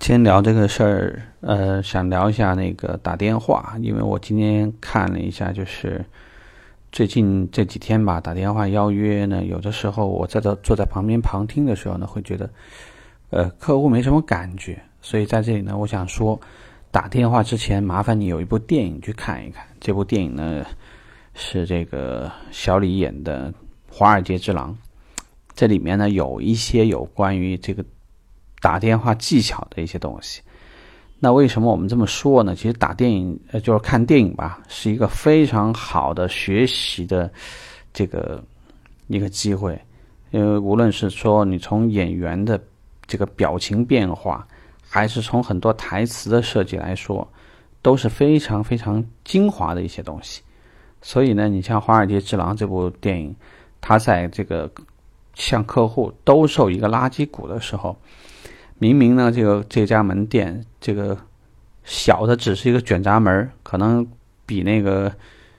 今天聊这个事儿，想聊一下那个打电话，因为我今天看了一下，就是最近这几天吧，打电话邀约呢，有的时候我坐在旁边旁听的时候呢，会觉得，客户没什么感觉，所以在这里呢，我想说，打电话之前，麻烦你有一部电影去看一看。这部电影呢，是这个小李演的《华尔街之狼》，这里面呢有一些有关于这个打电话技巧的一些东西。那为什么我们这么说呢？其实打电影就是看电影吧，是一个非常好的学习的一个机会。因为无论是说你从演员的这个表情变化，还是从很多台词的设计来说，都是非常非常精华的一些东西。所以呢，你像《华尔街之狼》这部电影，它在这个向客户兜售一个垃圾股的时候，明明呢，这家门店这个小的只是一个卷闸门，可能比那个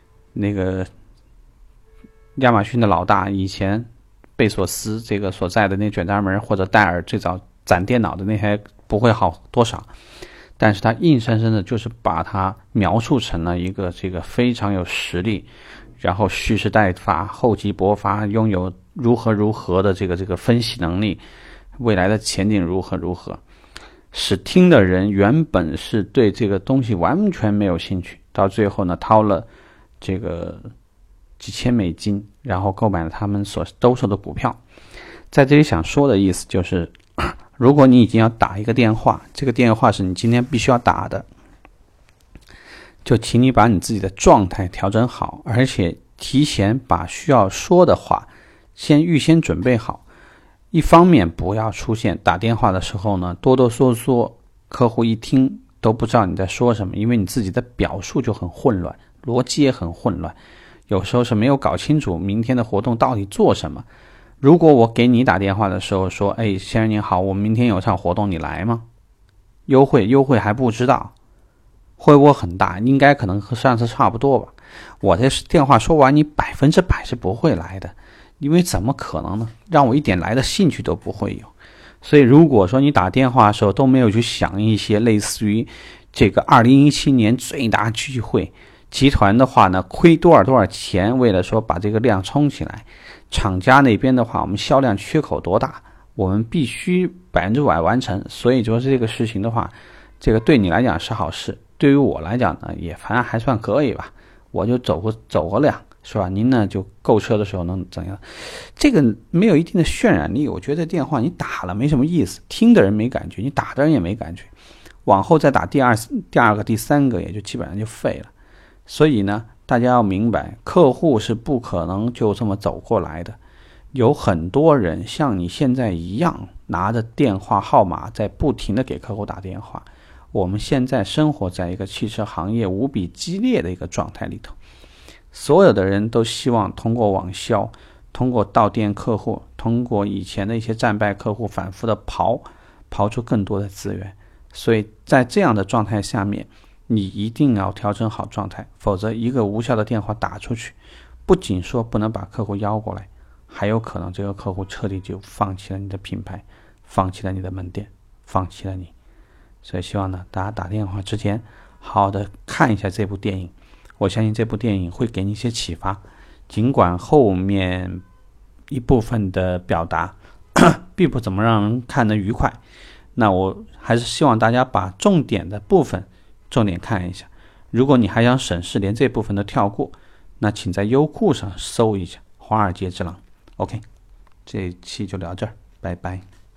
亚马逊的老大以前贝索斯这个所在的那卷闸门，或者戴尔最早攒电脑的那台不会好多少，但是他硬生生的就是把它描述成了一个这个非常有实力，然后蓄势待发、厚积薄发，拥有如何的这个分析能力，未来的前景如何，使听的人原本是对这个东西完全没有兴趣，到最后呢掏了这个几千美金，然后购买了他们所兜售的股票。在这里想说的意思就是，如果你已经要打一个电话，这个电话是你今天必须要打的，就请你把你自己的状态调整好，而且提前把需要说的话预先准备好。一方面不要出现打电话的时候呢哆哆嗦嗦，客户一听都不知道你在说什么，因为你自己的表述就很混乱，逻辑也很混乱，有时候是没有搞清楚明天的活动到底做什么。如果我给你打电话的时候说，先生您好，我们明天有场活动，你来吗？优惠还不知道，会不会很大？应该可能和上次差不多吧。我这电话说完，你100%是不会来的，因为怎么可能呢？让我一点来的兴趣都不会有。所以如果说你打电话的时候都没有去想一些类似于这个2017年最大聚会集团的话呢，亏多少钱，为了说把这个量冲起来，厂家那边的话我们销量缺口多大，我们必须100%完成。所以说这个事情的话，这个对你来讲是好事，对于我来讲呢也反正还算可以吧，我就走个量，是吧？您呢就购车的时候能怎样？这个没有一定的渲染力，我觉得电话你打了没什么意思，听的人没感觉，你打的人也没感觉，往后再打第二个、第三个也就基本上就废了。所以呢，大家要明白，客户是不可能就这么走过来的。有很多人像你现在一样，拿着电话号码在不停的给客户打电话。我们现在生活在一个汽车行业无比激烈的一个状态里头，所有的人都希望通过网销，通过到店客户，通过以前的一些战败客户反复的刨出更多的资源。所以在这样的状态下面，你一定要调整好状态，否则一个无效的电话打出去，不仅说不能把客户邀过来，还有可能这个客户彻底就放弃了你的品牌，放弃了你的门店，放弃了你。所以希望呢，大家打电话之前好好的看一下这部电影，我相信这部电影会给你一些启发，尽管后面一部分的表达并不怎么让人看得愉快，那我还是希望大家把重点的部分重点看一下。如果你还想省事，连这部分都跳过，那请在优酷上搜一下《华尔街之狼》。OK， 这一期就聊这儿，拜拜。